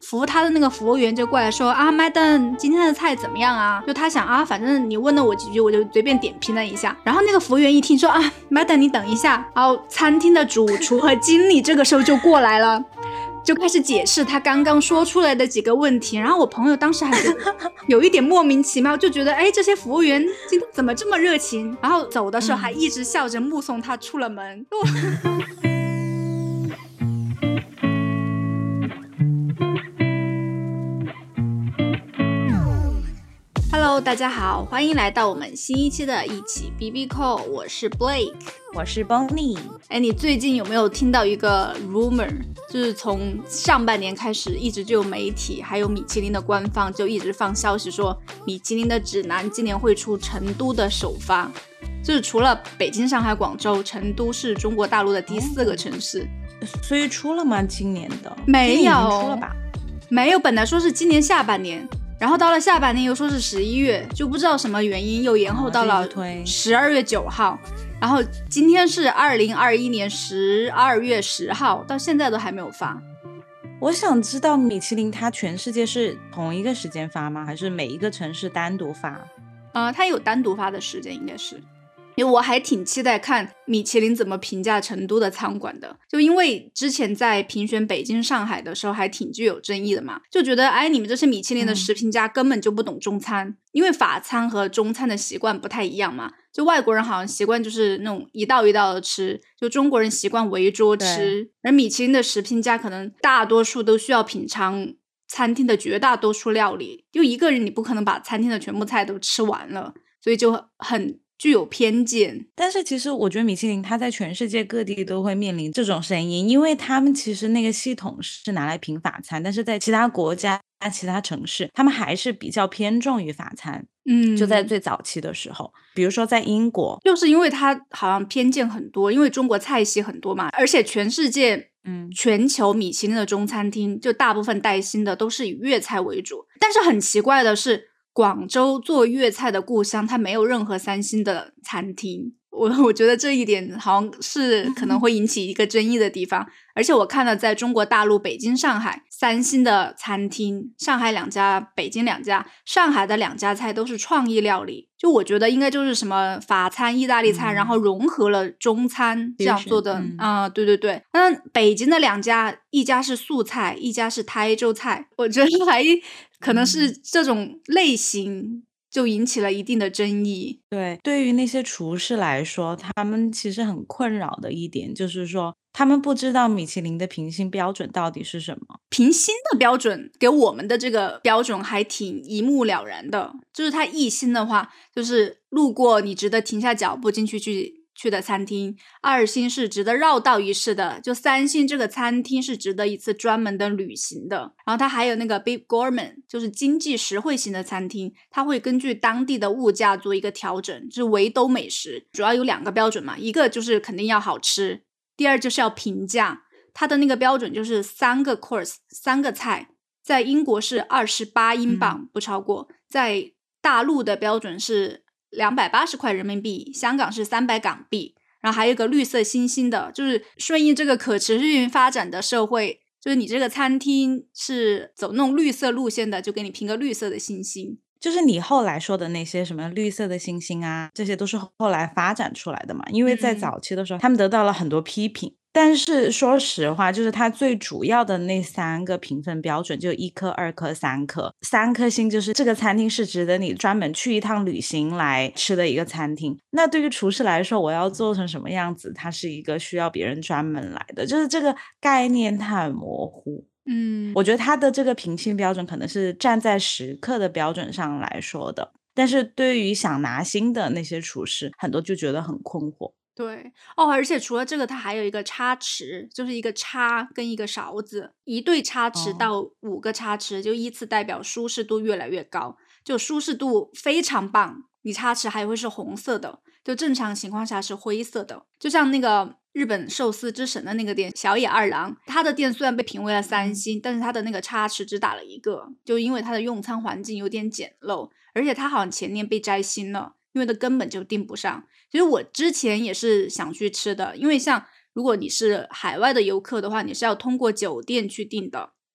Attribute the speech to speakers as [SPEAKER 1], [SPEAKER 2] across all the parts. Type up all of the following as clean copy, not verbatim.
[SPEAKER 1] 服务他的那个服务员就过来说啊，Madam，今天的菜怎么样啊？就他想啊，反正你问了我几句，我就随便点评了一下。然后那个服务员一听说啊，Madam，你等一下，然后餐厅的主厨和经理这个时候就过来了。就开始解释他刚刚说出来的几个问题，然后我朋友当时还有一点莫名其妙，就觉得哎，这些服务员今天怎么这么热情？然后走的时候还一直笑着目送他出了门。Hello， 大家好，欢迎来到我们新一期的一起 BB Call， 我是 Blake，
[SPEAKER 2] 我是 Bonnie。
[SPEAKER 1] 哎，你最近有没有听到一个 rumor？ 就是从上半年开始，一直就有媒体还有米其林的官方就一直放消息说，米其林的指南今年会出成都的首发。就是除了北京、上海、广州，成都是中国大陆的第4个城市。
[SPEAKER 2] 所以出了吗？今年的
[SPEAKER 1] 没有，
[SPEAKER 2] 今年已经出了吧？
[SPEAKER 1] 没有，本来说是今年下半年。然后到了下半年又说是11月，就不知道什么原因又延后到了12月9号。然后今天是2021年12月10号，到现在都还没有发。
[SPEAKER 2] 我想知道米其林它全世界是同一个时间发吗？还是每一个城市单独发？
[SPEAKER 1] 它有单独发的时间，应该是。因为我还挺期待看米其林怎么评价成都的餐馆的，就因为之前在评选北京、上海的时候还挺具有争议的嘛，就觉得哎，你们这些米其林的食评家根本就不懂中餐，因为法餐和中餐的习惯不太一样嘛，就外国人好像习惯就是那种一道一道的吃，就中国人习惯围桌吃，而米其林的食评家可能大多数都需要品尝餐厅的绝大多数料理，就一个人你不可能把餐厅的全部菜都吃完了，所以就很具有偏见。
[SPEAKER 2] 但是其实我觉得米其林它在全世界各地都会面临这种声音，因为他们其实那个系统是拿来评法餐，但是在其他国家其他城市他们还是比较偏重于法餐。就在最早期的时候，比如说在英国，
[SPEAKER 1] 就是因为它好像偏见很多，因为中国菜系很多嘛，而且全世界全球米其林的中餐厅就大部分带薪的都是以粤菜为主，但是很奇怪的是广州做粤菜的故乡，它没有任何3星的餐厅。我觉得这一点好像是可能会引起一个争议的地方。而且我看了在中国大陆北京、上海3星的餐厅，上海2家，北京2家，上海的2家菜都是创意料理，就我觉得应该就是什么法餐、意大利餐，然后融合了中餐这样做的。对对对。那北京的2家，一家是素菜，一家是台州菜，我觉得还可能是这种类型就引起了一定的争议。
[SPEAKER 2] 对，对于那些厨师来说，他们其实很困扰的一点就是说，他们不知道米其林的评星标准到底是什么。
[SPEAKER 1] 评星的标准给我们的这个标准还挺一目了然的，就是它1星的话，就是路过你值得停下脚步进去的餐厅，2星是值得绕道一试的，就3星这个餐厅是值得一次专门的旅行的。然后它还有那个 Bib Gourmand， 就是经济实惠型的餐厅，它会根据当地的物价做一个调整，就是围兜美食主要有2个标准嘛，一个就是肯定要好吃，第二就是要平价。它的那个标准就是3个 course 3个菜，在英国是28英镑不超过，在大陆的标准是280块人民币，香港是300港币。然后还有一个绿色星星的，就是顺应这个可持续发展的社会，就是你这个餐厅是走那种绿色路线的，就给你评个绿色的星星。
[SPEAKER 2] 就是你后来说的那些什么绿色的星星啊，这些都是后来发展出来的嘛，因为在早期的时候他们得到了很多批评。但是说实话，就是它最主要的那3个评分标准，就1颗、2颗、3颗。3颗星就是这个餐厅是值得你专门去一趟旅行来吃的一个餐厅。那对于厨师来说，我要做成什么样子，它是一个需要别人专门来的，就是这个概念它很模糊。我觉得它的这个评星标准可能是站在食客的标准上来说的，但是对于想拿星的那些厨师，很多就觉得很困惑。
[SPEAKER 1] 对而且除了这个，它还有一个叉匙，就是一个叉跟一个勺子，1对叉匙到5个叉匙，就依次代表舒适度越来越高。就舒适度非常棒，你叉匙还会是红色的，就正常情况下是灰色的。就像那个日本寿司之神的那个店小野二郎，他的店虽然被评为了3星，但是他的那个叉匙只打了1个，就因为他的用餐环境有点简陋，而且他好像前年被摘星了，因为它根本就订不上。其实我之前也是想去吃的，因为像如果你是海外的游客的话，你是要通过酒店去订的，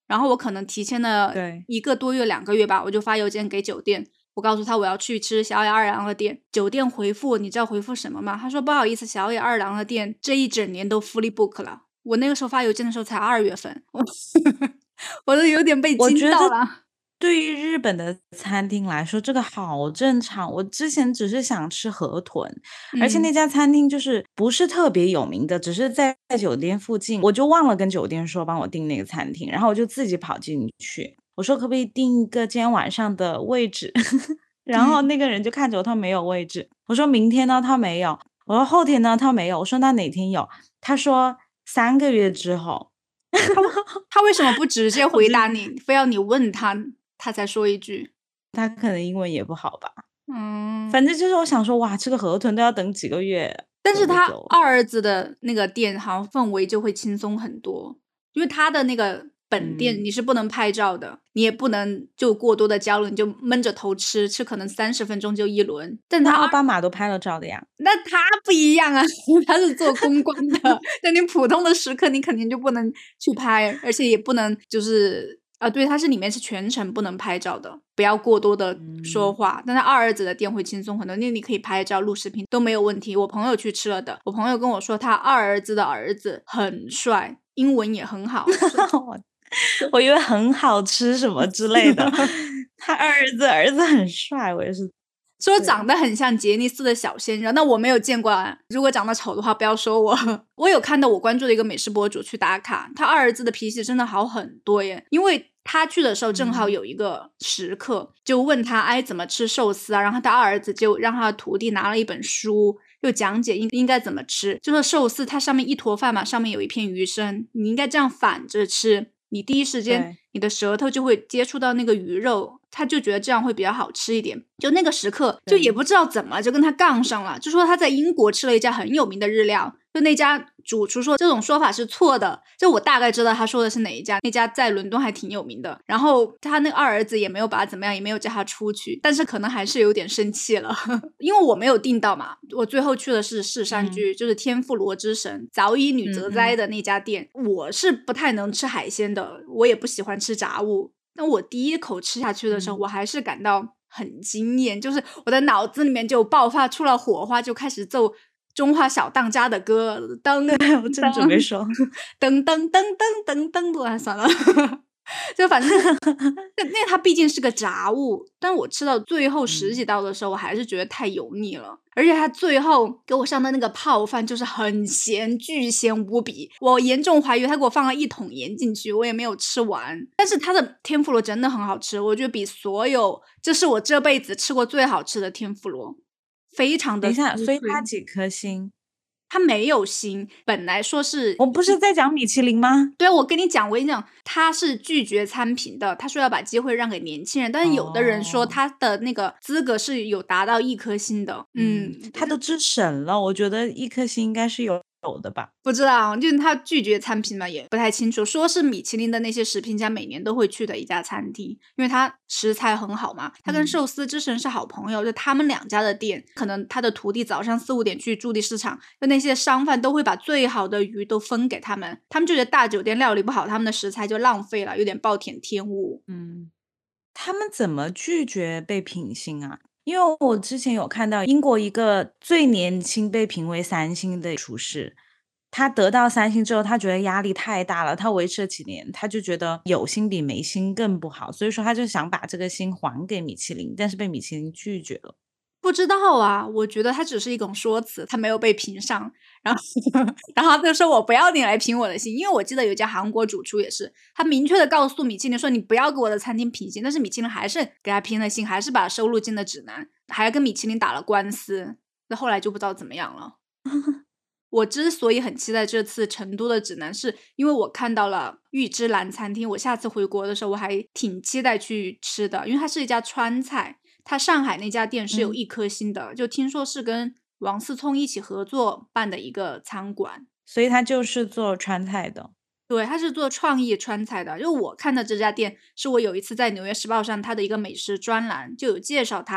[SPEAKER 1] 然后我可能提前了
[SPEAKER 2] 对
[SPEAKER 1] 1个多月2个月吧，我就发邮件给酒店，我告诉他我要去吃小野二郎的店，酒店回复你知道回复什么吗？他说不好意思，小野二郎的店这一整年都 fully book 了。我那个时候发邮件的时候才2月份，我都有点被
[SPEAKER 2] 我觉得
[SPEAKER 1] 惊到了。
[SPEAKER 2] 对于日本的餐厅来说，这个好正常。我之前只是想吃河豚，而且那家餐厅就是不是特别有名的，只是在酒店附近，我就忘了跟酒店说帮我订那个餐厅，然后我就自己跑进去，我说可不可以订一个今天晚上的位置？然后那个人就看着我，他没有位置。我说明天呢，他没有。我说后天呢，他没有。我说那哪天有？他说3个月之后。
[SPEAKER 1] 他为什么不直接回答你，非要你问他，他才说一句？
[SPEAKER 2] 他可能英文也不好吧。
[SPEAKER 1] 嗯，
[SPEAKER 2] 反正就是我想说，哇，这个河豚都要等几个月。
[SPEAKER 1] 但是他
[SPEAKER 2] 我就走了
[SPEAKER 1] 二儿子的那个店好像氛围就会轻松很多，因为他的那个本店你是不能拍照的，你也不能就过多的交流，你就闷着头吃可能30分钟就一轮。但他
[SPEAKER 2] 那奥巴马都拍了照的呀。
[SPEAKER 1] 那他不一样啊，他是做公关的，那你普通的时刻你肯定就不能去拍，而且也不能就是对，他是里面是全程不能拍照的，不要过多的说话。但他二儿子的店会轻松很多，那你可以拍照录视频都没有问题。我朋友去吃了的，我朋友跟我说他二儿子的儿子很帅，英文也很好。
[SPEAKER 2] 我以为很好吃什么之类的。他儿子很帅，我也是
[SPEAKER 1] 说长得很像杰尼斯的小鲜肉，那我没有见过啊。如果长得丑的话，不要说我。我有看到我关注的一个美食博主去打卡，他二儿子的脾气真的好很多耶。因为他去的时候正好有一个食客，就问他哎怎么吃寿司啊，然后他二儿子就让他的徒弟拿了一本书，又讲解应该怎么吃。就说寿司它上面一坨饭嘛，上面有一片鱼身，你应该这样反着吃，你第一时间你的舌头就会接触到那个鱼肉，他就觉得这样会比较好吃一点。就那个食客就也不知道怎么就跟他杠上了，就说他在英国吃了一家很有名的日料，就那家主厨说这种说法是错的，就我大概知道他说的是哪一家，那家在伦敦还挺有名的。然后他那个二儿子也没有把他怎么样，也没有叫他出去，但是可能还是有点生气了。因为我没有订到嘛，我最后去的是市山居，就是天妇罗之神早乙女泽哉的那家店。我是不太能吃海鲜的，我也不喜欢吃杂物，但我第一口吃下去的时候，我还是感到很惊艳，就是我的脑子里面就爆发出了火花，就开始奏中华小当家的歌，噔噔，
[SPEAKER 2] 我正准备说，
[SPEAKER 1] 噔噔噔噔噔噔，算了。就反正那它毕竟是个杂物，但我吃到最后10几道的时候，我还是觉得太油腻了。而且它最后给我上的那个泡饭就是很咸，巨咸无比。我严重怀疑他给我放了1桶盐进去，我也没有吃完。但是它的天妇罗真的很好吃，我觉得比所有，这是我这辈子吃过最好吃的天妇罗，非常的。
[SPEAKER 2] 等一下，所以它几颗星？
[SPEAKER 1] 它没有星，本来说是，
[SPEAKER 2] 我不是在讲米其林吗？
[SPEAKER 1] 对，我跟你讲，他是拒绝参评的，他说要把机会让给年轻人，但是有的人说他的那个资格是有达到1颗星的。
[SPEAKER 2] 他都吃省了，我觉得1颗星应该是有的吧。
[SPEAKER 1] 不知道，就是他拒绝参评嘛，也不太清楚。说是米其林的那些食评家每年都会去的一家餐厅，因为他食材很好嘛。他跟寿司之神是好朋友，就他们2家的店，可能他的徒弟早上4、5点去驻地市场，就那些商贩都会把最好的鱼都分给他们。他们就觉得大酒店料理不好，他们的食材就浪费了，有点暴殄天物。
[SPEAKER 2] 他们怎么拒绝被评星啊？因为我之前有看到英国一个最年轻被评为3星的厨师，他得到3星之后，他觉得压力太大了，他维持了几年，他就觉得有星比没星更不好，所以说他就想把这个星还给米其林，但是被米其林拒绝了。
[SPEAKER 1] 不知道啊，我觉得他只是一种说辞，他没有被评上，然后他就说我不要你来评我的星，因为我记得有一家韩国主厨也是，他明确的告诉米其林说你不要给我的餐厅评星，但是米其林还是给他评了星，还是把他收入进了指南，还跟米其林打了官司，那后来就不知道怎么样了。我之所以很期待这次成都的指南，是因为我看到了玉芝兰餐厅，我下次回国的时候我还挺期待去吃的，因为它是一家川菜，它上海那家店是有1颗星的，就听说是跟王思聪一起合作办的一个餐馆，
[SPEAKER 2] 所以他就是做川菜的。
[SPEAKER 1] 对，他是做创意川菜的。就我看的这家店，是我有一次在《纽约时报》上他的一个美食专栏就有介绍他，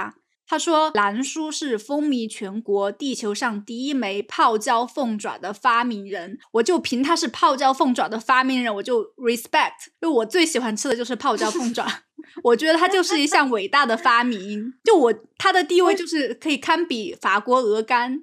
[SPEAKER 1] 他说兰叔是风靡全国，地球上第一枚泡椒凤爪的发明人。我就凭他是泡椒凤爪的发明人，我就 respect， 因为我最喜欢吃的就是泡椒凤爪。我觉得他就是一项伟大的发明，他的地位就是可以堪比法国鹅肝。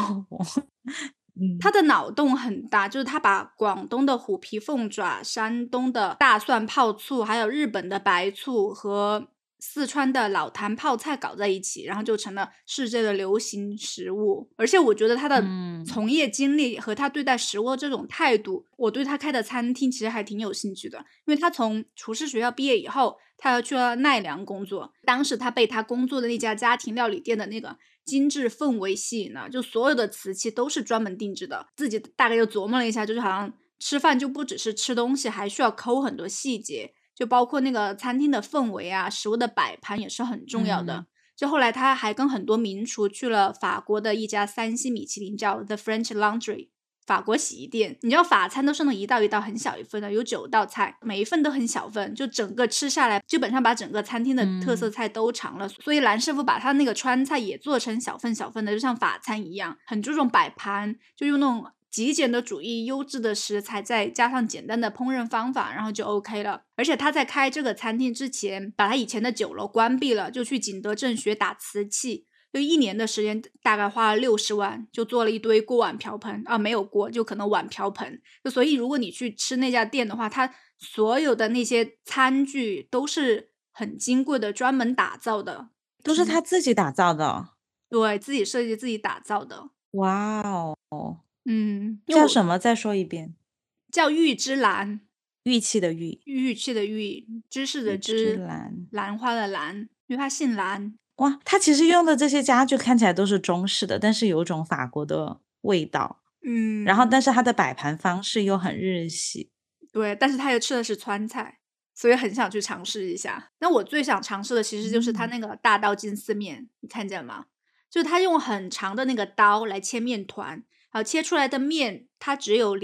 [SPEAKER 1] 他的脑洞很大，就是他把广东的虎皮凤爪、山东的大蒜泡醋，还有日本的白醋和四川的老坛泡菜搞在一起，然后就成了世界的流行食物。而且我觉得他的从业经历和他对待食物的这种态度，我对他开的餐厅其实还挺有兴趣的。因为他从厨师学校毕业以后，他又去了奈良工作，当时他被他工作的那家家庭料理店的那个精致氛围吸引了，就所有的瓷器都是专门定制的。自己大概就琢磨了一下，就是好像吃饭就不只是吃东西，还需要抠很多细节，就包括那个餐厅的氛围啊，食物的摆盘也是很重要的。就后来他还跟很多名厨去了法国的一家3星米其林叫 The French Laundry 法国洗衣店。你知道法餐都是那种一道一道很小一份的，有9道菜，每一份都很小份，就整个吃下来基本上把整个餐厅的特色菜都尝了。所以蓝师傅把他那个川菜也做成小份小份的，就像法餐一样，很注重摆盘，就用那种极简的主义，优质的食材，再加上简单的烹饪方法，然后就 OK 了。而且他在开这个餐厅之前，把他以前的酒楼关闭了，就去景德镇学打瓷器，就1年的时间，大概花了60万，就做了一堆锅碗瓢盆啊，没有锅，就可能碗瓢盆。就所以如果你去吃那家店的话，他所有的那些餐具都是很金贵的，专门打造的，
[SPEAKER 2] 都是他自己打造的。
[SPEAKER 1] 对，自己设计自己打造的。
[SPEAKER 2] 哇哦，叫什么？再说一遍。
[SPEAKER 1] 叫玉芝兰，
[SPEAKER 2] 玉器的玉，
[SPEAKER 1] 玉器的玉，知识的知，兰花的兰，因为他姓兰。
[SPEAKER 2] 哇，他其实用的这些家具看起来都是中式的，但是有种法国的味道。然后但是他的摆盘方式又很日系。
[SPEAKER 1] 对，但是他又吃的是川菜，所以很想去尝试一下。那我最想尝试的其实就是他那个大刀金丝面，你看见吗？就是他用很长的那个刀来切面团，切出来的面它只有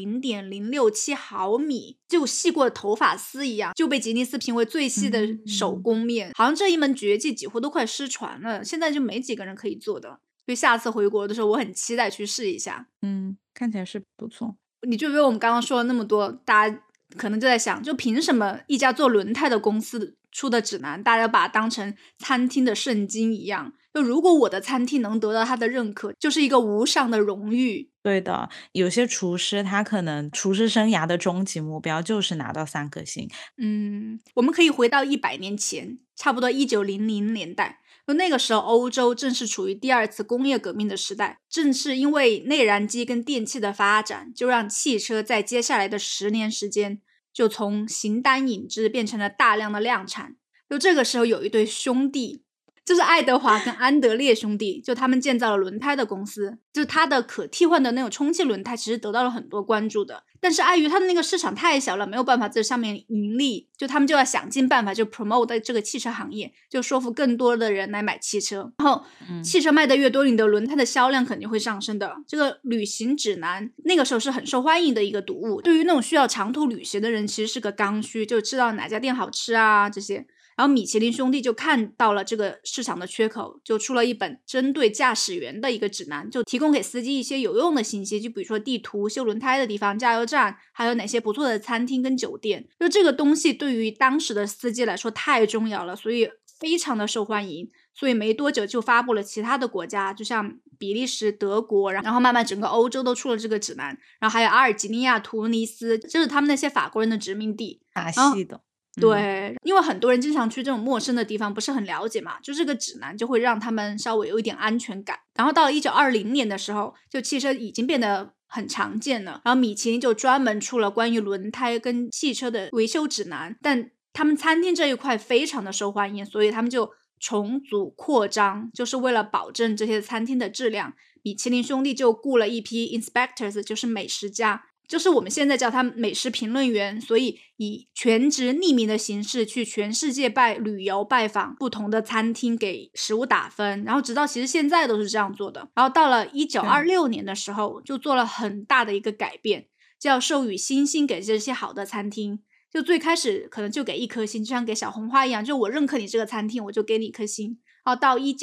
[SPEAKER 1] 0.067 毫米，就细过头发丝一样，就被吉尼斯评为最细的手工面。好像这一门绝技几乎都快失传了，现在就没几个人可以做的。所以下次回国的时候我很期待去试一下。
[SPEAKER 2] 看起来是不错。
[SPEAKER 1] 你就因为我们刚刚说了那么多，大家可能就在想，就凭什么一家做轮胎的公司出的指南，大家把它当成餐厅的圣经一样？就如果我的餐厅能得到他的认可，就是一个无上的荣誉。
[SPEAKER 2] 对的，有些厨师他可能厨师生涯的终极目标就是拿到3颗星。
[SPEAKER 1] 我们可以回到100年前，差不多1900年代，那个时候欧洲正是处于第2次工业革命的时代，正是因为内燃机跟电气的发展，就让汽车在接下来的10年时间就从形单影只变成了大量的量产。就这个时候有一对兄弟，就是爱德华跟安德烈兄弟，就他们建造了轮胎的公司，就是他的可替换的那种充气轮胎其实得到了很多关注的，但是碍于他的那个市场太小了，没有办法在上面盈利，就他们就要想尽办法就 promote 这个汽车行业，就说服更多的人来买汽车，然后汽车卖的越多，你的轮胎的销量肯定会上升的。这个旅行指南那个时候是很受欢迎的一个读物，对于那种需要长途旅行的人其实是个刚需，就知道哪家店好吃啊这些。然后米其林兄弟就看到了这个市场的缺口，就出了一本针对驾驶员的一个指南，就提供给司机一些有用的信息，就比如说地图、修轮胎的地方、加油站，还有哪些不错的餐厅跟酒店。就这个东西对于当时的司机来说太重要了，所以非常的受欢迎，所以没多久就发布了其他的国家，就像比利时、德国，然后慢慢整个欧洲都出了这个指南，然后还有阿尔及利亚、突尼斯，这是他们那些法国人的殖民地，
[SPEAKER 2] 法系的。
[SPEAKER 1] 对，因为很多人经常去这种陌生的地方不是很了解嘛，就这个指南就会让他们稍微有一点安全感。然后到了1920年的时候，就汽车已经变得很常见了，然后米其林就专门出了关于轮胎跟汽车的维修指南，但他们餐厅这一块非常的受欢迎，所以他们就重组扩张，就是为了保证这些餐厅的质量，米其林兄弟就雇了一批 inspectors， 就是美食家，就是我们现在叫他美食评论员，所以以全职匿名的形式去全世界旅游拜访不同的餐厅，给食物打分，然后直到其实现在都是这样做的。然后到了1926年的时候，就做了很大的一个改变，就要授予星星给这些好的餐厅。就最开始可能就给1颗星，就像给小红花一样，就我认可你这个餐厅，我就给你1颗星。然后到1930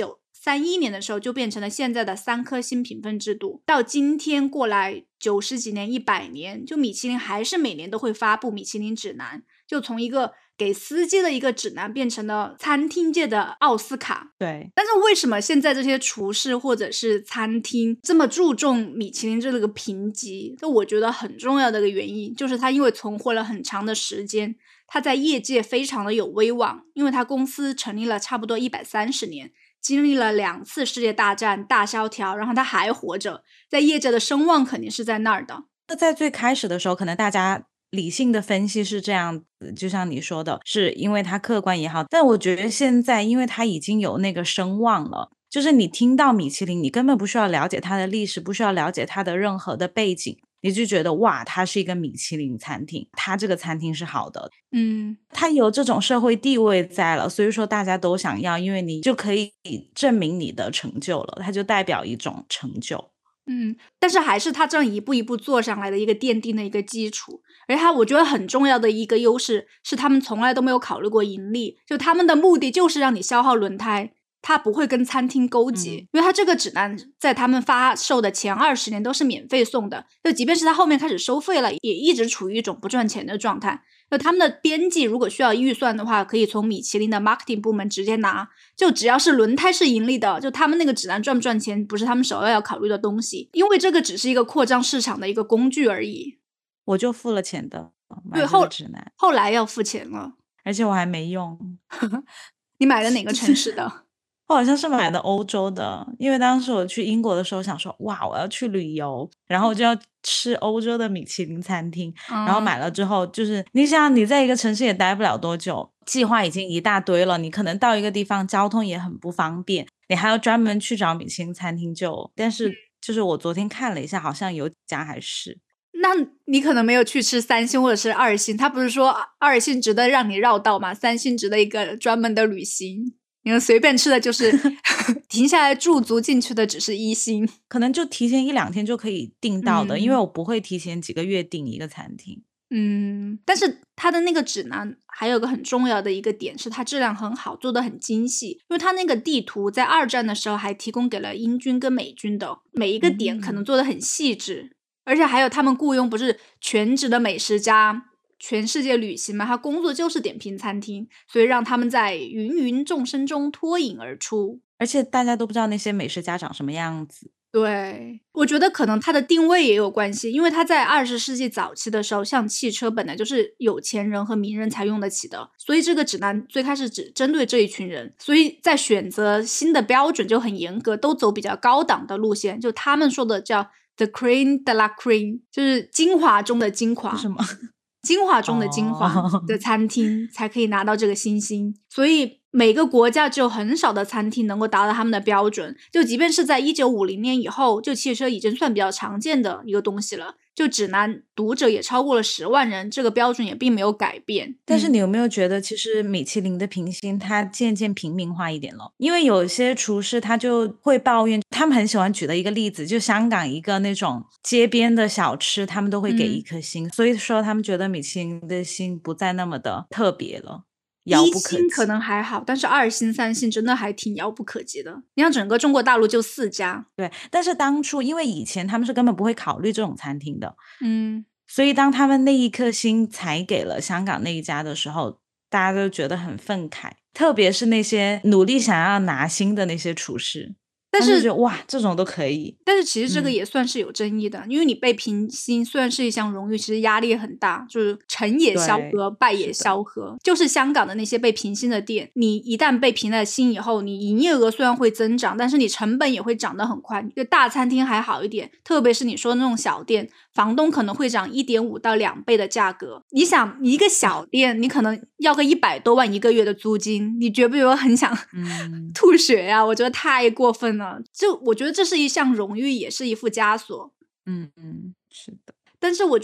[SPEAKER 1] 1931年的时候就变成了现在的3颗星评分制度，到今天过来90几年100年，就米其林还是每年都会发布米其林指南，就从一个给司机的一个指南变成了餐厅界的奥斯卡。
[SPEAKER 2] 对，
[SPEAKER 1] 但是为什么现在这些厨师或者是餐厅这么注重米其林这个评级？就我觉得很重要的一个原因就是他因为存活了很长的时间，他在业界非常的有威望，因为他公司成立了差不多130年，经历了2次世界大战大萧条，然后他还活着，在业界的声望肯定是在那儿的。
[SPEAKER 2] 那在最开始的时候可能大家理性的分析是这样子，就像你说的，是因为它客观也好，但我觉得现在因为它已经有那个声望了，就是你听到米其林你根本不需要了解它的历史，不需要了解它的任何的背景，你就觉得哇，它是一个米其林餐厅，它这个餐厅是好的，它有这种社会地位在了，所以说大家都想要，因为你就可以证明你的成就了，它就代表一种成就。
[SPEAKER 1] 但是还是他这样一步一步做上来的一个奠定的一个基础，而且我觉得很重要的一个优势是他们从来都没有考虑过盈利，就他们的目的就是让你消耗轮胎，他不会跟餐厅勾结，因为他这个指南在他们发售的前20年都是免费送的，就即便是他后面开始收费了，也一直处于一种不赚钱的状态。就他们的编辑如果需要预算的话，可以从米其林的 marketing 部门直接拿，就只要是轮胎是盈利的，就他们那个指南赚不赚钱不是他们首要考虑的东西，因为这个只是一个扩张市场的一个工具而已。
[SPEAKER 2] 我就付了钱的买
[SPEAKER 1] 对，
[SPEAKER 2] 这个指南，
[SPEAKER 1] 后来要付钱了。
[SPEAKER 2] 而且我还没用。
[SPEAKER 1] 你买的哪个城市的？
[SPEAKER 2] 我好像是买的欧洲的，因为当时我去英国的时候想说，哇，我要去旅游，然后我就要吃欧洲的米其林餐厅，然后买了之后，就是你想你在一个城市也待不了多久，计划已经一大堆了，你可能到一个地方交通也很不方便，你还要专门去找米其林餐厅但是就是我昨天看了一下，好像有几家还是。
[SPEAKER 1] 那你可能没有去吃3星或者是2星，他不是说2星值得让你绕道吗？3星值得一个专门的旅行，你们随便吃的就是停下来驻足进去的只是1星，
[SPEAKER 2] 可能就提前1-2天就可以订到的，因为我不会提前几个月订一个餐厅。
[SPEAKER 1] 但是它的那个指南还有个很重要的一个点是它质量很好，做得很精细，因为它那个地图在2战的时候还提供给了英军跟美军的，每一个点可能做得很细致，而且还有他们雇佣不是全职的美食家全世界旅行嘛，他工作就是点评餐厅，所以让他们在芸芸众生中脱颖而出，
[SPEAKER 2] 而且大家都不知道那些美食家长什么样子。
[SPEAKER 1] 对，我觉得可能它的定位也有关系，因为它在20世纪早期的时候，像汽车本来就是有钱人和名人才用得起的，所以这个指南最开始只针对这一群人，所以在选择新的标准就很严格，都走比较高档的路线，就他们说的叫 the cream de la cream， 就是精华中的精华，
[SPEAKER 2] 是什么？
[SPEAKER 1] 精华中的精华的餐厅才可以拿到这个星星，所以每个国家只有很少的餐厅能够达到他们的标准，就即便是在1950年以后，就汽车已经算比较常见的一个东西了，就指南读者也超过了10万人，这个标准也并没有改变。
[SPEAKER 2] 但是你有没有觉得其实米其林的评星它渐渐平民化一点了？因为有些厨师他就会抱怨，他们很喜欢举的一个例子，就香港一个那种街边的小吃，他们都会给1颗星，所以说他们觉得米其林的星不再那么的特别了，遥不可及。
[SPEAKER 1] 1星可能还好，但是2星3星真的还挺遥不可及的。你像整个中国大陆就4家。
[SPEAKER 2] 对，但是当初因为以前他们是根本不会考虑这种餐厅的，所以当他们那1颗星才给了香港那一家的时候，大家都觉得很愤慨，特别是那些努力想要拿星的那些厨师，但是觉得哇，这种都可以。
[SPEAKER 1] 但是其实这个也算是有争议的，因为你被评星虽然是一项荣誉，其实压力很大，就是成也萧何，败也萧何。就是香港的那些被评星的店，你一旦被评了星以后，你营业额虽然会增长，但是你成本也会涨得很快。就大餐厅还好一点，特别是你说的那种小店，房东可能会涨1.5到2倍的价格。你想一个小店，你可能要个100多万一个月的租金，你觉不觉得很想吐血呀？我觉得太过分了。就我觉得这是一项荣誉，也是一副枷锁。
[SPEAKER 2] 是的。
[SPEAKER 1] 但是我觉得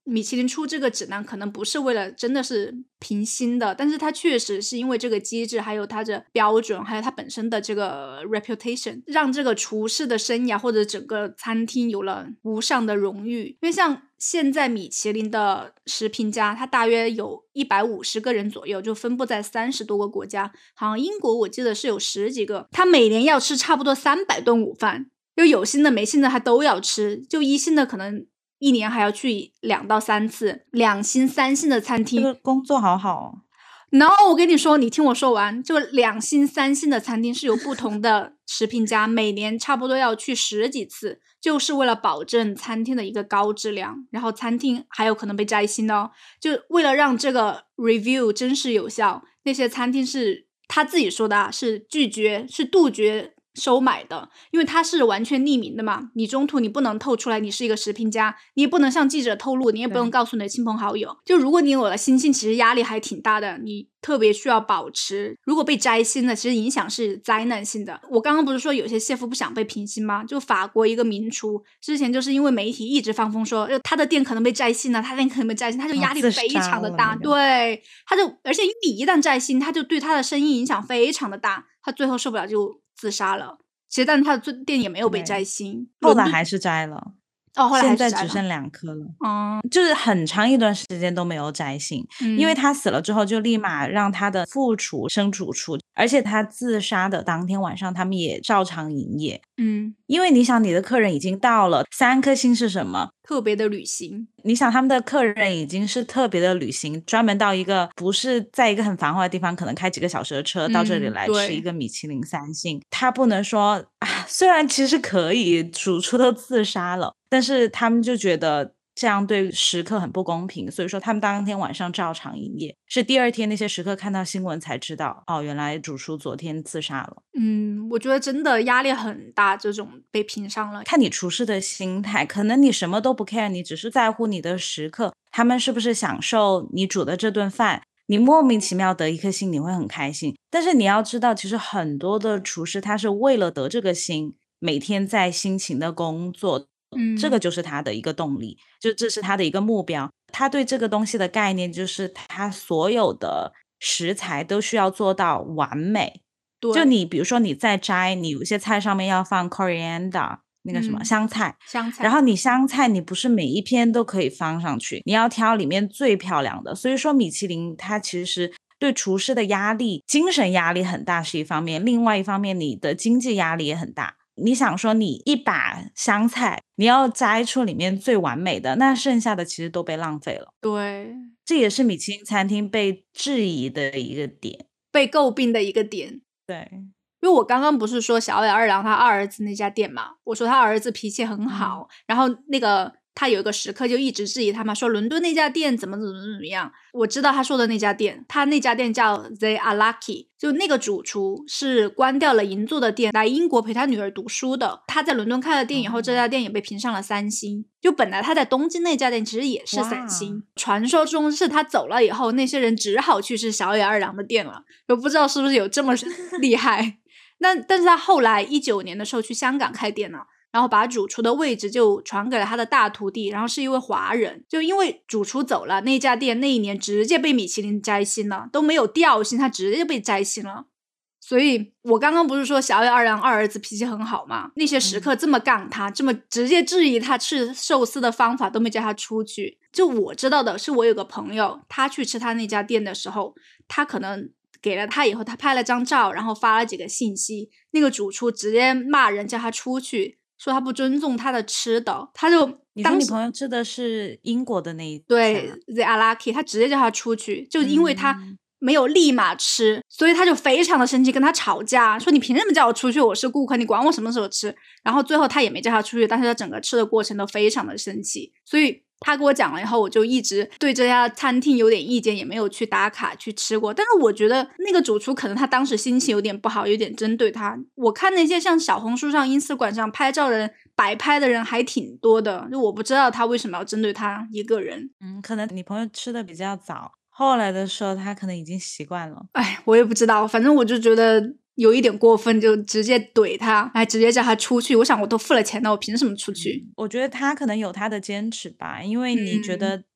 [SPEAKER 1] 米其林出这个指南可能不是为了真的是评星的，但是它确实是因为这个机制，还有它的标准，还有它本身的这个 reputation， 让这个厨师的生涯或者整个餐厅有了无上的荣誉。因为像现在米其林的食评家，他大约有150个人左右，就分布在30多个国家，好像英国我记得是有10几个，他每年要吃差不多300顿午饭，就有心的没心的他都要吃，就一星的可能一年还要去2到3次，2星3星的餐厅，
[SPEAKER 2] 这个工作好好哦。
[SPEAKER 1] 然后我跟你说，你听我说完，就2星3星的餐厅是有不同的食评家每年差不多要去10几次，就是为了保证餐厅的一个高质量，然后餐厅还有可能被摘星哦，就为了让这个 review 真实有效，那些餐厅是他自己说的是杜绝收买的，因为它是完全匿名的嘛，你中途你不能透出来你是一个食评家，你也不能向记者透露，你也不用告诉你的亲朋好友，就如果你有了星星，其实压力还挺大的，你特别需要保持，如果被摘星了，其实影响是灾难性的。我刚刚不是说有些谢夫不想被评星吗？就法国一个名厨之前就是因为媒体一直放风说他的店可能被摘星了，他的店可能被摘星，他就压力非常的大，对，他就而且你一旦摘星，他就对他的生意影响非常的大，他最后受不了就自杀了。其实但是他的店也没有被摘星，
[SPEAKER 2] 后来还是摘了。
[SPEAKER 1] 后来还是摘了，
[SPEAKER 2] 现在只剩2颗了。就是很长一段时间都没有摘星，因为他死了之后就立马让他的副厨升主厨，而且他自杀的当天晚上他们也照常营业。因为你想你的客人已经到了，3颗星是什么？
[SPEAKER 1] 特别的旅行。
[SPEAKER 2] 你想他们的客人已经是特别的旅行，专门到一个不是在一个很繁华的地方，可能开几个小时的车到这里来吃一个米其林3星，他不能说虽然其实可以，主厨都自杀了，但是他们就觉得这样对食客很不公平，所以说他们当天晚上照常营业，是第2天那些食客看到新闻才知道，原来主厨昨天自杀了。
[SPEAKER 1] 我觉得真的压力很大，这种被评上了。
[SPEAKER 2] 看你厨师的心态，可能你什么都不 care， 你只是在乎你的食客，他们是不是享受你煮的这顿饭，你莫名其妙得1颗星你会很开心，但是你要知道其实很多的厨师他是为了得这个星，每天在辛勤的工作，这个就是他的一个动力，就这是他的一个目标，他对这个东西的概念就是他所有的食材都需要做到完美。就你比如说你在摘，你有些菜上面要放 coriander 那个什么香菜，然后你香菜你不是每一片都可以放上去，你要挑里面最漂亮的，所以说米其林它其实对厨师的压力，精神压力很大是一方面，另外一方面你的经济压力也很大。你想说你一把香菜你要摘出里面最完美的，那剩下的其实都被浪费了。
[SPEAKER 1] 对，
[SPEAKER 2] 这也是米其林餐厅被质疑的一个点，
[SPEAKER 1] 被诟病的一个点。
[SPEAKER 2] 对，
[SPEAKER 1] 因为我刚刚不是说小野二郎他二儿子那家店嘛，我说他儿子脾气很好，然后那个他有一个食客就一直质疑他嘛，说伦敦那家店怎么样。我知道他说的那家店，他那家店叫 The Alaki， 就那个主厨是关掉了银座的店来英国陪他女儿读书的，他在伦敦开了店以后，这家店也被评上了3星。就本来他在东京那家店其实也是3星，传说中是他走了以后，那些人只好去吃小野二郎的店了，我不知道是不是有这么厉害。但是他后来19年的时候去香港开店了，然后把主厨的位置就传给了他的大徒弟，然后是一位华人，就因为主厨走了，那家店那一年直接被米其林摘星了，都没有掉星，他直接就被摘星了。所以我刚刚不是说小野二郎二儿子脾气很好吗？那些食客这么杠他，这么直接质疑他吃寿司的方法，都没叫他出去。就我知道的是，我有个朋友，他去吃他那家店的时候，他可能给了他以后，他拍了张照，然后发了几个信息，那个主厨直接骂人叫他出去，说他不尊重他的吃的。他就
[SPEAKER 2] 你说你朋友吃的是英国的那一家，
[SPEAKER 1] 对 The Alaki， 他直接叫他出去，就因为他没有立马吃，所以他就非常的生气，跟他吵架，说你凭什么叫我出去，我是顾客，你管我什么时候吃。然后最后他也没叫他出去，但是他整个吃的过程都非常的生气。所以他给我讲了以后，我就一直对这家餐厅有点意见，也没有去打卡去吃过。但是我觉得那个主厨可能他当时心情有点不好，有点针对他。我看那些像小红书上 Instagram 上拍照人摆拍的人还挺多的，就我不知道他为什么要针对他一个人。
[SPEAKER 2] 可能你朋友吃的比较早，后来的时候他可能已经习惯了。
[SPEAKER 1] 我也不知道，反正我就觉得有一点过分，就直接怼他，还直接叫他出去。我想我都付了钱了，我凭什么出去？
[SPEAKER 2] 我觉得他可能有他的坚持吧，因为你觉得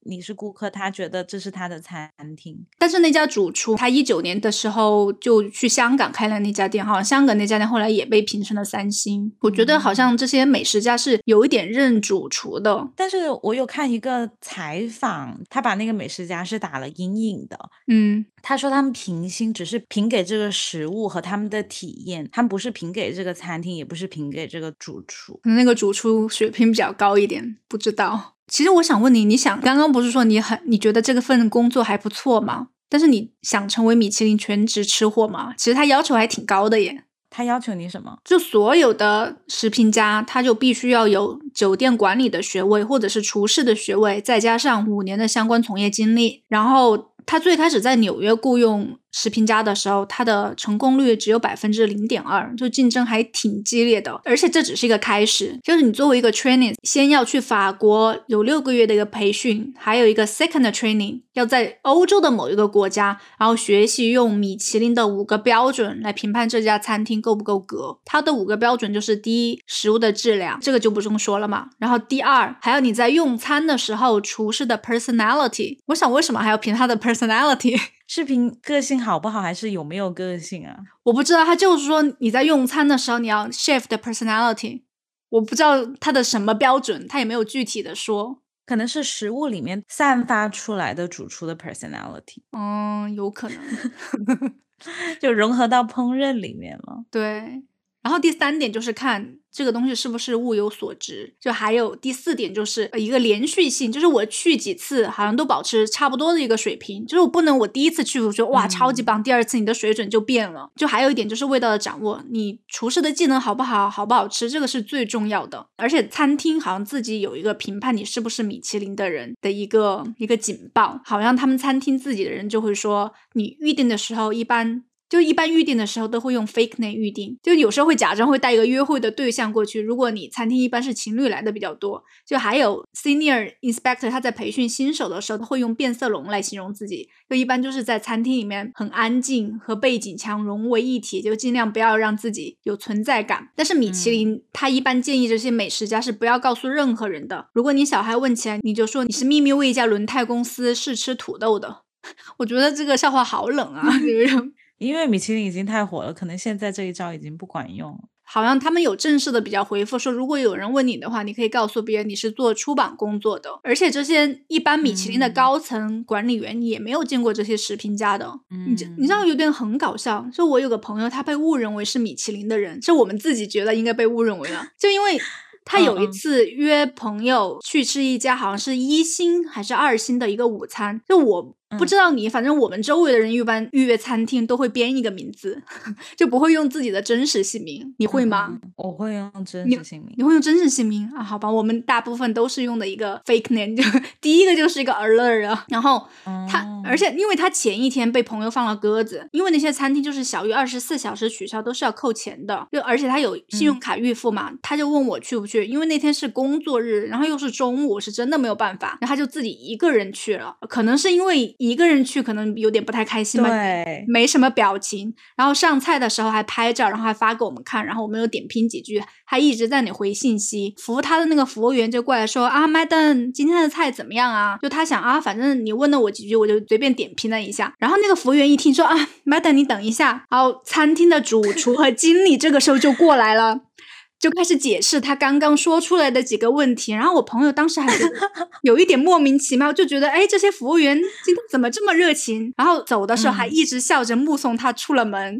[SPEAKER 2] 你是顾客，他觉得这是他的餐厅。
[SPEAKER 1] 但是那家主厨他19年的时候就去香港开了那家店，好像香港那家店后来也被评成了3星。我觉得好像这些美食家是有一点认主厨的。
[SPEAKER 2] 但是我有看一个采访，他把那个美食家是打了阴影的。他说他们评星只是评给这个食物和他们的体验，他们不是评给这个餐厅，也不是评给这个主厨。
[SPEAKER 1] 那个主厨水平比较高一点，不知道。其实我想问你，你想刚刚不是说你觉得这份工作还不错吗？但是你想成为米其林全职吃货吗？其实他要求还挺高的耶。
[SPEAKER 2] 他要求你什么？
[SPEAKER 1] 就所有的食评家他就必须要有酒店管理的学位或者是厨师的学位，再加上5年的相关从业经历。然后他最开始在纽约雇佣食评家的时候，他的成功率只有 0.2%， 就竞争还挺激烈的。而且这只是一个开始，就是你作为一个 training 先要去法国有6个月的一个培训，还有一个 second training 要在欧洲的某一个国家，然后学习用米其林的5个标准来评判这家餐厅够不够格。它的5个标准就是第一，食物的质量，这个就不用说了嘛。然后第二，还有你在用餐的时候厨师的 personality。 我想为什么还要评他的 personality？
[SPEAKER 2] 是凭个性好不好，还是有没有个性啊？
[SPEAKER 1] 我不知道，他就是说你在用餐的时候你要 chef 的 personality， 我不知道他的什么标准，他也没有具体的说。
[SPEAKER 2] 可能是食物里面散发出来的主厨的 personality。
[SPEAKER 1] 有可能
[SPEAKER 2] 就融合到烹饪里面了。
[SPEAKER 1] 对。然后第3点就是看这个东西是不是物有所值，就还有第4点就是一个连续性，就是我去几次好像都保持差不多的一个水平，就是我不能我第一次去我觉得哇超级棒，第二次你的水准就变了。就还有一点就是味道的掌握，你厨师的技能好不好，好不好吃，这个是最重要的。而且餐厅好像自己有一个评判你是不是米其林的人的一个警报，好像他们餐厅自己的人就会说，你预定的时候一般预定的时候都会用 fake name 预定，就有时候会假装会带一个约会的对象过去，如果你餐厅一般是情侣来的比较多。就还有 senior inspector 他在培训新手的时候，他会用变色龙来形容自己，就一般就是在餐厅里面很安静，和背景墙融为一体，就尽量不要让自己有存在感。但是米其林他一般建议这些美食家是不要告诉任何人的，如果你小孩问起来，你就说你是秘密为一家轮胎公司试吃土豆的。我觉得这个笑话好冷啊
[SPEAKER 2] 因为米其林已经太火了，可能现在这一招已经不管用了。
[SPEAKER 1] 好像他们有正式的比较回复说，如果有人问你的话，你可以告诉别人你是做出版工作的。而且这些一般米其林的高层管理员也没有见过这些食评家的。你知道有点很搞笑，就我有个朋友他被误认为是米其林的人，是我们自己觉得应该被误认为了，就因为他有一次约朋友去吃一家好像是1星还是2星的一个午餐，就我不知道你，反正我们周围的人一般预约餐厅都会编一个名字就不会用自己的真实姓名。你会吗？
[SPEAKER 2] 我会用真实姓名。
[SPEAKER 1] 你会用真实姓名啊？好吧，我们大部分都是用的一个 fake name， 就第一个就是一个 alert 啊。然后而且因为他前一天被朋友放了鸽子，因为那些餐厅就是小于24小时取消都是要扣钱的，就而且他有信用卡预付嘛，他就问我去不去，因为那天是工作日，然后又是中午，是真的没有办法，然后他就自己一个人去了。可能是因为一个人去可能有点不太开心嘛，
[SPEAKER 2] 对，
[SPEAKER 1] 没什么表情，然后上菜的时候还拍照，然后还发给我们看，然后我们又点评几句，还一直在那里回信息。服务他的那个服务员就过来说啊 Madam 今天的菜怎么样啊，就他想啊反正你问了我几句我就随便点评了一下。然后那个服务员一听说啊 Madam 你等一下，然后餐厅的主厨和经理这个时候就过来了就开始解释他刚刚说出来的几个问题。然后我朋友当时还觉得有一点莫名其妙，就觉得哎，这些服务员今天怎么这么热情，然后走的时候还一直笑着目送他出了门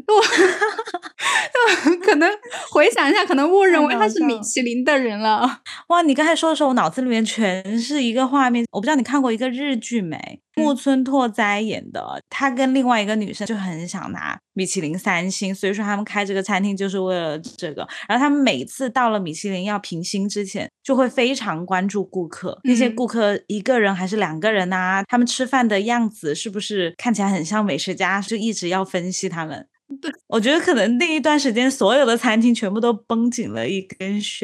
[SPEAKER 1] 可能回想一下可能误认为他是米其林的人了。
[SPEAKER 2] 哇，你刚才说的时候我脑子里面全是一个画面，我不知道你看过一个日剧没，木村拓哉演的，他跟另外一个女生就很想拿米其林3星，所以说他们开这个餐厅就是为了这个。然后他们每次到了米其林要评星之前就会非常关注顾客，那些顾客一个人还是2个人啊，他们吃饭的样子是不是看起来很像美食家，就一直要分析他们。对，我觉得可能那一段时间所有的餐厅全部都绷紧了一根弦。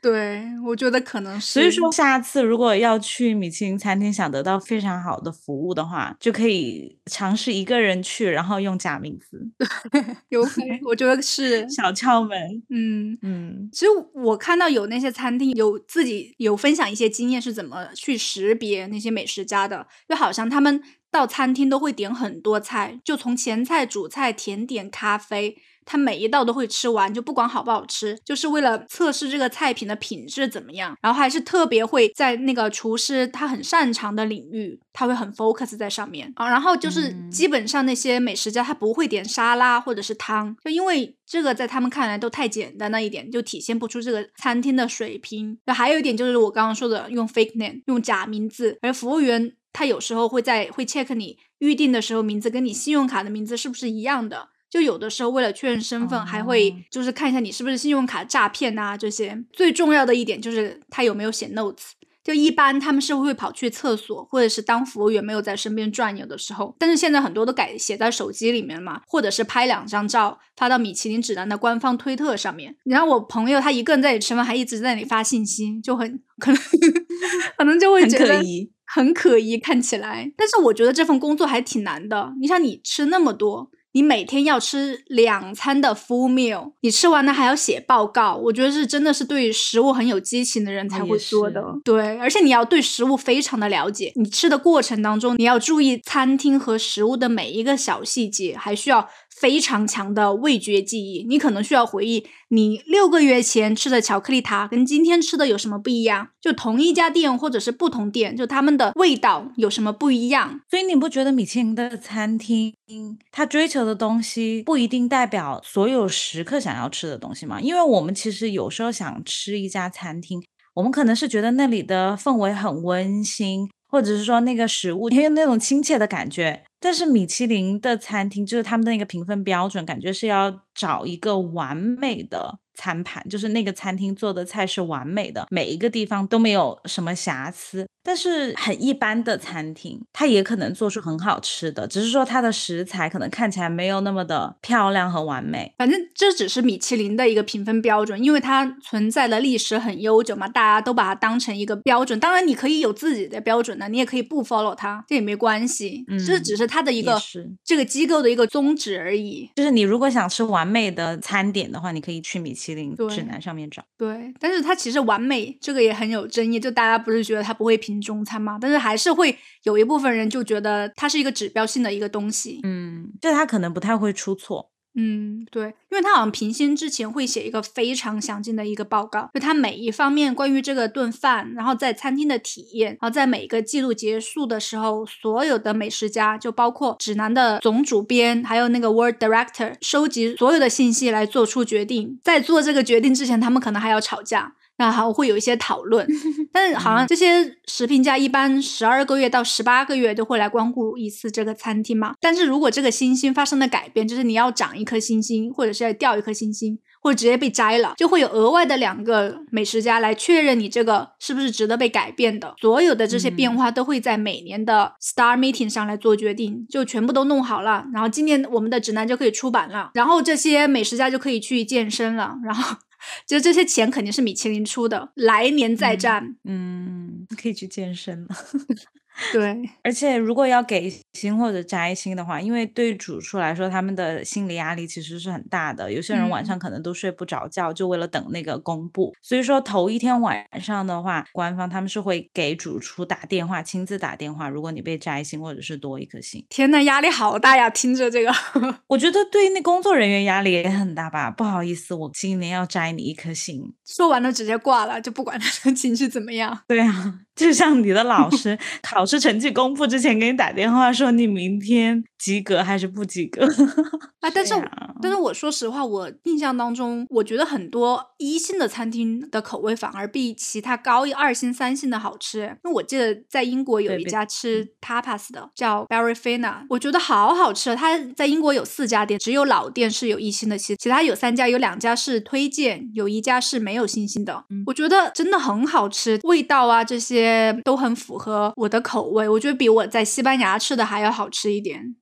[SPEAKER 1] 对，我觉得可能是。
[SPEAKER 2] 所以说下次如果要去米其林餐厅想得到非常好的服务的话，就可以尝试一个人去，然后用假名字。
[SPEAKER 1] 有可能，我觉得是。
[SPEAKER 2] 小窍门。
[SPEAKER 1] 其实我看到有那些餐厅自己有分享一些经验是怎么去识别那些美食家的，就好像他们到餐厅都会点很多菜，就从前菜、主菜、甜点、咖啡，他每一道都会吃完，就不管好不好吃，就是为了测试这个菜品的品质怎么样。然后还是特别会在那个厨师他很擅长的领域，他会很 focus 在上面啊。然后就是基本上那些美食家他不会点沙拉或者是汤，就因为这个在他们看来都太简单了一点，就体现不出这个餐厅的水平。还有一点就是我刚刚说的用 fake name 用假名字，而服务员他有时候会 check 你预定的时候名字跟你信用卡的名字是不是一样的，就有的时候为了确认身份还会就是看一下你是不是信用卡诈骗啊，这些。最重要的一点就是他有没有写 notes， 就一般他们是会跑去厕所，或者是当服务员没有在身边转悠的时候，但是现在很多都改写在手机里面嘛，或者是拍2张照发到米其林指南的官方推特上面。然后我朋友他一个人在那里吃饭还一直在那里发信息，就很可能就会觉得很可疑看起来。但是我觉得这份工作还挺难的，你想你吃那么多，你每天要吃2餐的 full meal， 你吃完了还要写报告，我觉得是真的是对食物很有激情的人才会做的。对，而且你要对食物非常的了解，你吃的过程当中你要注意餐厅和食物的每一个小细节，还需要非常强的味觉记忆。你可能需要回忆你6个月前吃的巧克力塔跟今天吃的有什么不一样，就同一家店或者是不同店，就他们的味道有什么不一样。
[SPEAKER 2] 所以你不觉得米其林的餐厅它追求的东西不一定代表所有食客想要吃的东西吗？因为我们其实有时候想吃一家餐厅，我们可能是觉得那里的氛围很温馨，或者是说那个食物很有那种亲切的感觉，但是米其林的餐厅就是他们的那个评分标准感觉是要找一个完美的餐盘，就是那个餐厅做的菜是完美的，每一个地方都没有什么瑕疵。但是很一般的餐厅它也可能做出很好吃的，只是说它的食材可能看起来没有那么的漂亮和完美。
[SPEAKER 1] 反正这只是米其林的一个评分标准，因为它存在的历史很悠久嘛，大家都把它当成一个标准。当然你可以有自己的标准的，你也可以不 follow 它，这也没关系。这只是它的一个这个机构的一个宗旨而已。
[SPEAKER 2] 就是你如果想吃完美的餐点的话，你可以去米其林指南上面找。
[SPEAKER 1] 对，但是它其实完美这个也很有争议，就大家不是觉得它不会评中餐吗？但是还是会有一部分人就觉得它是一个指标性的一个东西。
[SPEAKER 2] 就它可能不太会出错。
[SPEAKER 1] 对，因为他好像评星之前会写一个非常详尽的一个报告，就他每一方面关于这个顿饭，然后在餐厅的体验，然后在每个季度结束的时候，所有的美食家就包括指南的总主编还有那个 World Director 收集所有的信息来做出决定。在做这个决定之前他们可能还要吵架，然后会有一些讨论但是好像这些食评家一般12个月到18个月就会来光顾一次这个餐厅嘛。但是如果这个星星发生了改变，就是你要长一颗星星，或者是要掉一颗星星，或者直接被摘了，就会有额外的2个美食家来确认你这个是不是值得被改变的。所有的这些变化都会在每年的 Star Meeting 上来做决定，就全部都弄好了，然后今年我们的指南就可以出版了，然后这些美食家就可以去健身了，然后就这些钱肯定是米其林出的，来年再战。
[SPEAKER 2] 可以去健身了
[SPEAKER 1] 对，
[SPEAKER 2] 而且如果要给星或者摘星的话，因为对主厨来说他们的心理压力其实是很大的，有些人晚上可能都睡不着觉，就为了等那个公布。所以说头一天晚上的话，官方他们是会给主厨打电话，亲自打电话，如果你被摘星或者是多一颗星。
[SPEAKER 1] 天哪，压力好大呀，听着这个
[SPEAKER 2] 我觉得对那工作人员压力也很大吧，不好意思，我今年要摘你1颗星。
[SPEAKER 1] 说完了直接挂了，就不管他的情绪怎么样。
[SPEAKER 2] 对啊，就像你的老师考试成绩公布之前给你打电话说你明天及格还是不及格
[SPEAKER 1] 但是我说实话，我印象当中我觉得很多1星的餐厅的口味反而比其他高2星3星的好吃。因为我记得在英国有一家吃 tapas 的叫 Barryfina， 我觉得好好吃。它在英国有4家店，只有老店是有1星的，其他有3家，有2家是推荐，有1家是没有星星的。我觉得真的很好吃，味道啊这些都很符合我的口味，我觉得比我在西班牙吃的还要好吃一点。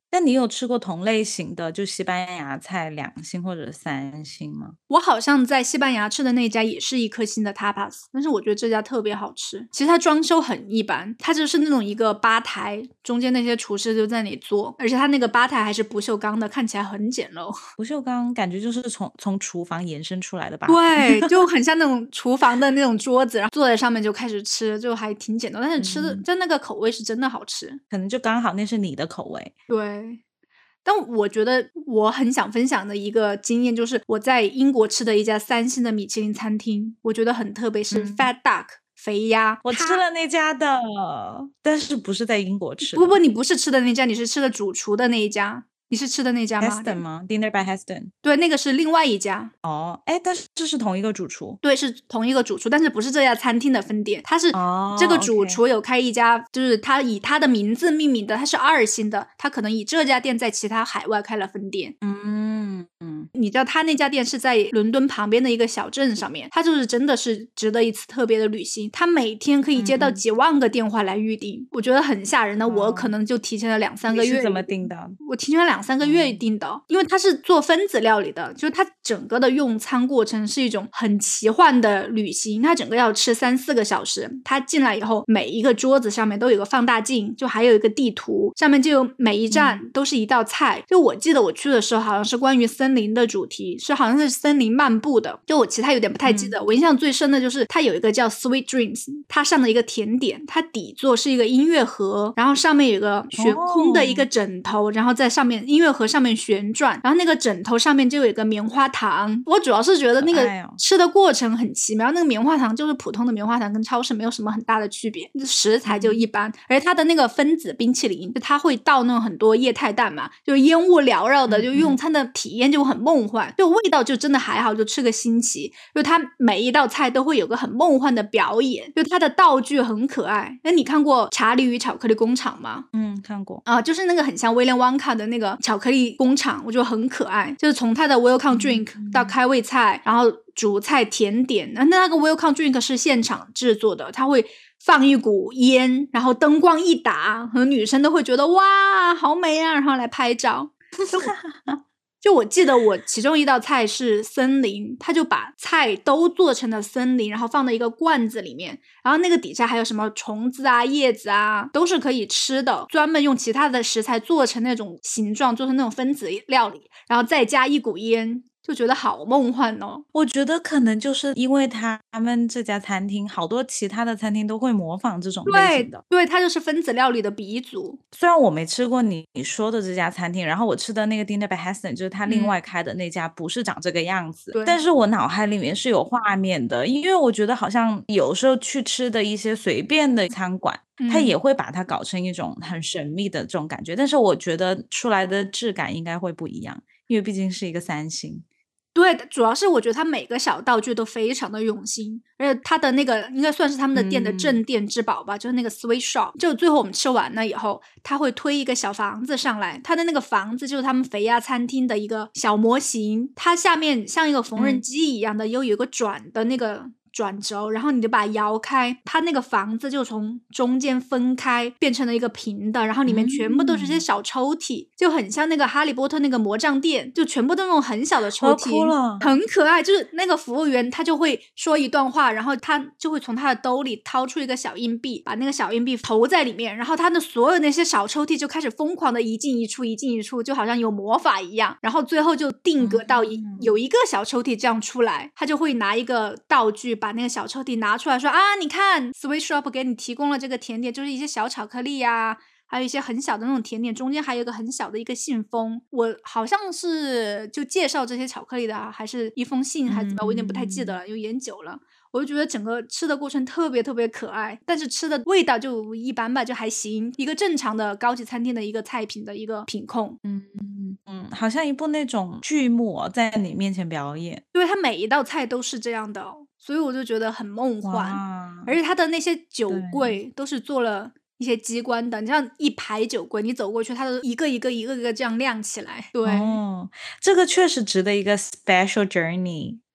[SPEAKER 2] 但你有吃过同类型的就西班牙菜2星或者3星吗？
[SPEAKER 1] 我好像在西班牙吃的那家也是1颗星的 tapas， 但是我觉得这家特别好吃。其实它装修很一般，它就是那种一个吧台，中间那些厨师就在那里做，而且它那个吧台还是不锈钢的，看起来很简陋。
[SPEAKER 2] 不锈钢感觉就是从厨房延伸出来的吧台。
[SPEAKER 1] 对，就很像那种厨房的那种桌子，然后坐在上面就开始吃，就还挺简单，但是吃的就那个口味是真的好吃。
[SPEAKER 2] 可能就刚好那是你的口味。
[SPEAKER 1] 对。但我觉得我很想分享的一个经验就是我在英国吃的一家3星的米其林餐厅，我觉得很特别，是 Fat Duck 肥鸭。
[SPEAKER 2] 我吃了那家的，但是不是在英国吃的。
[SPEAKER 1] 不，你不是吃的那家，你是吃的主厨的那一家。你是吃的那家吗
[SPEAKER 2] Heston 吗？ Dinner by Heston。
[SPEAKER 1] 对，那个是另外一家。
[SPEAKER 2] 哦，哎，但是这是同一个主厨。
[SPEAKER 1] 对，是同一个主厨，但是不是这家餐厅的分店，他是
[SPEAKER 2] 哦
[SPEAKER 1] 这个主
[SPEAKER 2] OK
[SPEAKER 1] 厨有开一家，就是他以他的名字命名的，他是2星的，他可能以这家店在其他海外开了分店。你知道他那家店是在伦敦旁边的一个小镇上面，他就是真的是值得一次特别的旅行。他每天可以接到几万个电话来预订，我觉得很吓人的。我可能就提前了2-3个月。
[SPEAKER 2] 你是怎么订的？
[SPEAKER 1] 我提前了2-3个月订的，因为他是做分子料理的，就是他整个的用餐过程是一种很奇幻的旅行。他整个要吃3-4个小时，他进来以后，每一个桌子上面都有个放大镜，就还有一个地图，上面就有每一站都是一道菜。就我记得我去的时候好像是关于森林的主题，是好像是森林漫步的，就我其他有点不太记得。我印象最深的就是它有一个叫 Sweet Dreams， 它上的一个甜点，它底座是一个音乐盒，然后上面有一个悬空的一个枕头，然后在上面音乐盒上面旋转，然后那个枕头上面就有一个棉花糖。我主要是觉得那个吃的过程很奇妙，那个棉花糖就是普通的棉花糖，跟超市没有什么很大的区别，食材就一般。而它的那个分子冰淇淋，就它会倒那种很多液态氮嘛，就烟雾缭绕的，就用餐的体验就很梦幻，就味道就真的还好，就吃个新奇。就它每一道菜都会有个很梦幻的表演，就它的道具很可爱。那你看过《查理与巧克力工厂》吗？
[SPEAKER 2] 看过
[SPEAKER 1] 啊，就是那个很像威廉旺卡的那个巧克力工厂，我觉得很可爱。就是从它的 welcome drink 到开胃菜，然后主菜甜点，那个 welcome drink 是现场制作的，它会放一股烟，然后灯光一打，和女生都会觉得哇好美啊，然后来拍照。就我记得我其中一道菜是森林，他就把菜都做成了森林，然后放到一个罐子里面，然后那个底下还有什么虫子啊叶子啊都是可以吃的，专门用其他的食材做成那种形状，做成那种分子料理，然后再加一股烟，就觉得好梦幻哦。
[SPEAKER 2] 我觉得可能就是因为他们这家餐厅好多其他的餐厅都会模仿这种类型的。
[SPEAKER 1] 对，它就是分子料理的鼻祖。
[SPEAKER 2] 虽然我没吃过你说的这家餐厅，然后我吃的那个 Dinner by Heston 就是他另外开的那家不是长这个样子，但是我脑海里面是有画面的，因为我觉得好像有时候去吃的一些随便的餐馆，它也会把它搞成一种很神秘的这种感觉，但是我觉得出来的质感应该会不一样，因为毕竟是一个3星。
[SPEAKER 1] 对，主要是我觉得它每个小道具都非常的用心，而且它的那个应该算是他们的店的镇店之宝吧，就是那个 Sweet Shop。就最后我们吃完了以后，他会推一个小房子上来，他的那个房子就是他们肥鸭餐厅的一个小模型，它下面像一个缝纫机一样的，又有一个转的那个转轴，然后你就把它摇开，它那个房子就从中间分开变成了一个平的，然后里面全部都是些小抽屉，就很像那个哈利波特那个魔杖店，就全部都那种很小的抽屉，很可爱。就是那个服务员他就会说一段话，然后他就会从他的兜里掏出一个小硬币，把那个小硬币投在里面，然后他的所有那些小抽屉就开始疯狂的一进一出一进一出，就好像有魔法一样，然后最后就定格到有一个小抽屉这样出来，他就会拿一个道具把那个小抽屉拿出来说啊，你看 Sweet Shop 给你提供了这个甜点，就是一些小巧克力呀，还有一些很小的那种甜点，中间还有一个很小的一个信封，我好像是就介绍这些巧克力的还是一封信还是怎么，我有点不太记得了，有点久了。我就觉得整个吃的过程特别特别可爱，但是吃的味道就一般吧，就还行，一个正常的高级餐厅的一个菜品的一个品控。
[SPEAKER 2] 好像一部那种剧目在你面前表演。
[SPEAKER 1] 对，它每一道菜都是这样的，所以我就觉得很梦幻。而且它的那些酒柜都是做了一些机关的，你像一排酒柜，你走过去它都一个一个这样亮起来。对，
[SPEAKER 2] 这个确实值得一个 special journey。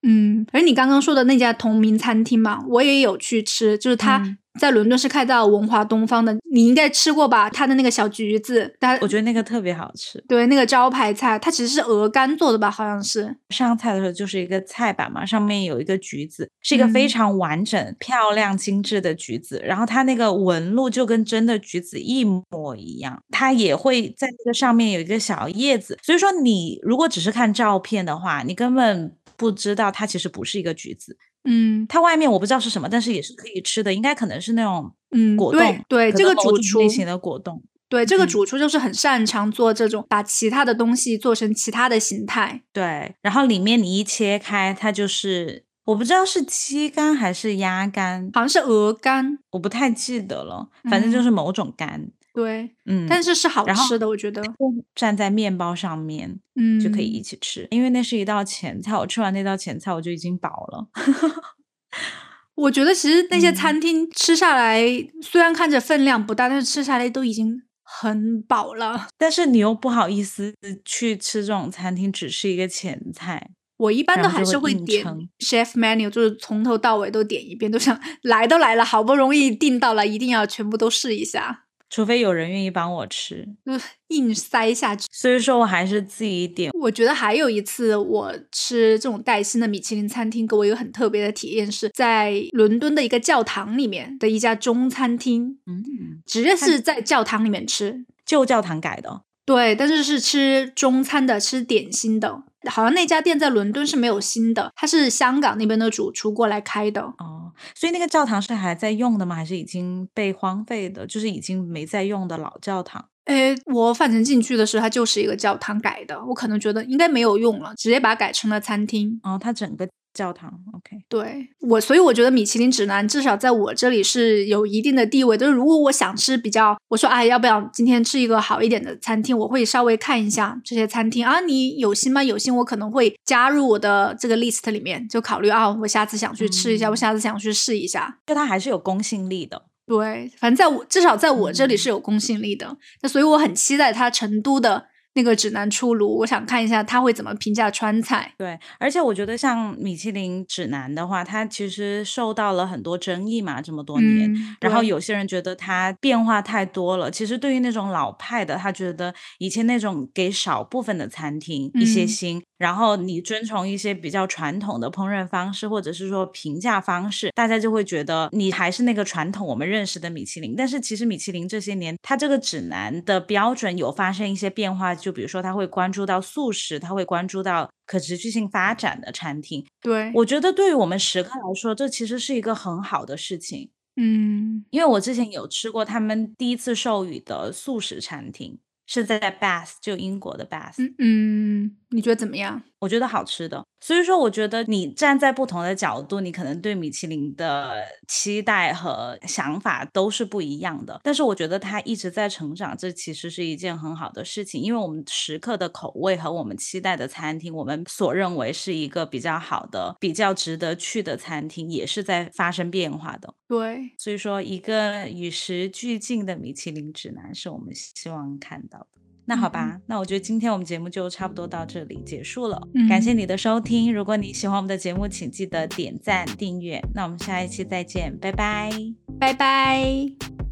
[SPEAKER 1] 而你刚刚说的那家同名餐厅嘛，我也有去吃，就是它在伦敦是开到文华东方的，你应该吃过吧？它的那个小橘子，
[SPEAKER 2] 我觉得那个特别好吃。
[SPEAKER 1] 对，那个招牌菜，它其实是鹅肝做的吧？好像是。
[SPEAKER 2] 上菜的时候就是一个菜板嘛，上面有一个橘子，是一个非常完整、漂亮、精致的橘子，然后它那个纹路就跟真的橘子一模一样，它也会在这个上面有一个小叶子，所以说你如果只是看照片的话，你根本不知道它其实不是一个橘子。它外面我不知道是什么，但是也是可以吃的，应该可能是那种果冻，
[SPEAKER 1] 对，这个主厨
[SPEAKER 2] 类型的果冻。
[SPEAKER 1] 对，这个主厨就是很擅长做这种把其他的东西做成其他的形态。
[SPEAKER 2] 对，然后里面你一切开，它就是我不知道是鸡肝还是鸭肝，
[SPEAKER 1] 好像是鹅肝，
[SPEAKER 2] 我不太记得了，反正就是某种肝。
[SPEAKER 1] 对，但是好吃的，我觉得。
[SPEAKER 2] 蘸在面包上面，就可以一起吃，因为那是一道前菜，我吃完那道前菜我就已经饱了。
[SPEAKER 1] 我觉得其实那些餐厅吃下来，虽然看着分量不大，但是吃下来都已经很饱了。
[SPEAKER 2] 但是你又不好意思去吃这种餐厅只是一个前菜，
[SPEAKER 1] 我一般都还是会点 chef menu， 就是从头到尾都点一遍，都想来都来了，好不容易订到了，一定要全部都试一下。
[SPEAKER 2] 除非有人愿意帮我吃，
[SPEAKER 1] 硬塞下去。
[SPEAKER 2] 所以说我还是自己点。
[SPEAKER 1] 我觉得还有一次我吃这种带薪的米其林餐厅，给我一个很特别的体验，是在伦敦的一个教堂里面的一家中餐厅。直接是在教堂里面吃，
[SPEAKER 2] 旧教堂改的。
[SPEAKER 1] 对，但是是吃中餐的，吃点心的。好像那家店在伦敦是没有新的，它是香港那边的主厨过来开的。
[SPEAKER 2] 所以那个教堂是还在用的吗？还是已经被荒废的，就是已经没在用的老教堂？
[SPEAKER 1] 我反正进去的时候它就是一个教堂改的，我可能觉得应该没有用了，直接把它改成了餐厅。
[SPEAKER 2] 它整个教堂 OK。
[SPEAKER 1] 对，所以我觉得米其林指南至少在我这里是有一定的地位，就是如果我想吃我说要不要今天吃一个好一点的餐厅，我会稍微看一下这些餐厅你有心吗？有心我可能会加入我的这个 list 里面，就考虑我下次想去吃一下，我下次想去试一下，
[SPEAKER 2] 就它还是有公信力的。
[SPEAKER 1] 对，反正至少在我这里是有公信力的。那所以我很期待它成都的那个指南出炉，我想看一下他会怎么评价川菜。
[SPEAKER 2] 对，而且我觉得像米其林指南的话，它其实受到了很多争议嘛，这么多年。然后有些人觉得它变化太多了，其实对于那种老派的，他觉得以前那种给少部分的餐厅一些新，然后你遵从一些比较传统的烹饪方式，或者是说评价方式，大家就会觉得你还是那个传统我们认识的米其林。但是其实米其林这些年它这个指南的标准有发生一些变化，就比如说它会关注到素食，它会关注到可持续性发展的餐厅。
[SPEAKER 1] 对，
[SPEAKER 2] 我觉得对于我们食客来说，这其实是一个很好的事情。因为我之前有吃过他们第一次授予的素食餐厅，是在 Bath， 就英国的 Bath。
[SPEAKER 1] 你觉得怎么样？
[SPEAKER 2] 我觉得好吃的。所以说我觉得你站在不同的角度，你可能对米其林的期待和想法都是不一样的，但是我觉得它一直在成长，这其实是一件很好的事情。因为我们食客的口味和我们期待的餐厅，我们所认为是一个比较好的比较值得去的餐厅，也是在发生变化的。
[SPEAKER 1] 对，
[SPEAKER 2] 所以说一个与时俱进的米其林指南是我们希望看到的。那好吧，那我觉得今天我们节目就差不多到这里结束了。感谢你的收听，如果你喜欢我们的节目，请记得点赞订阅。那我们下一期再见，拜拜。
[SPEAKER 1] 拜拜。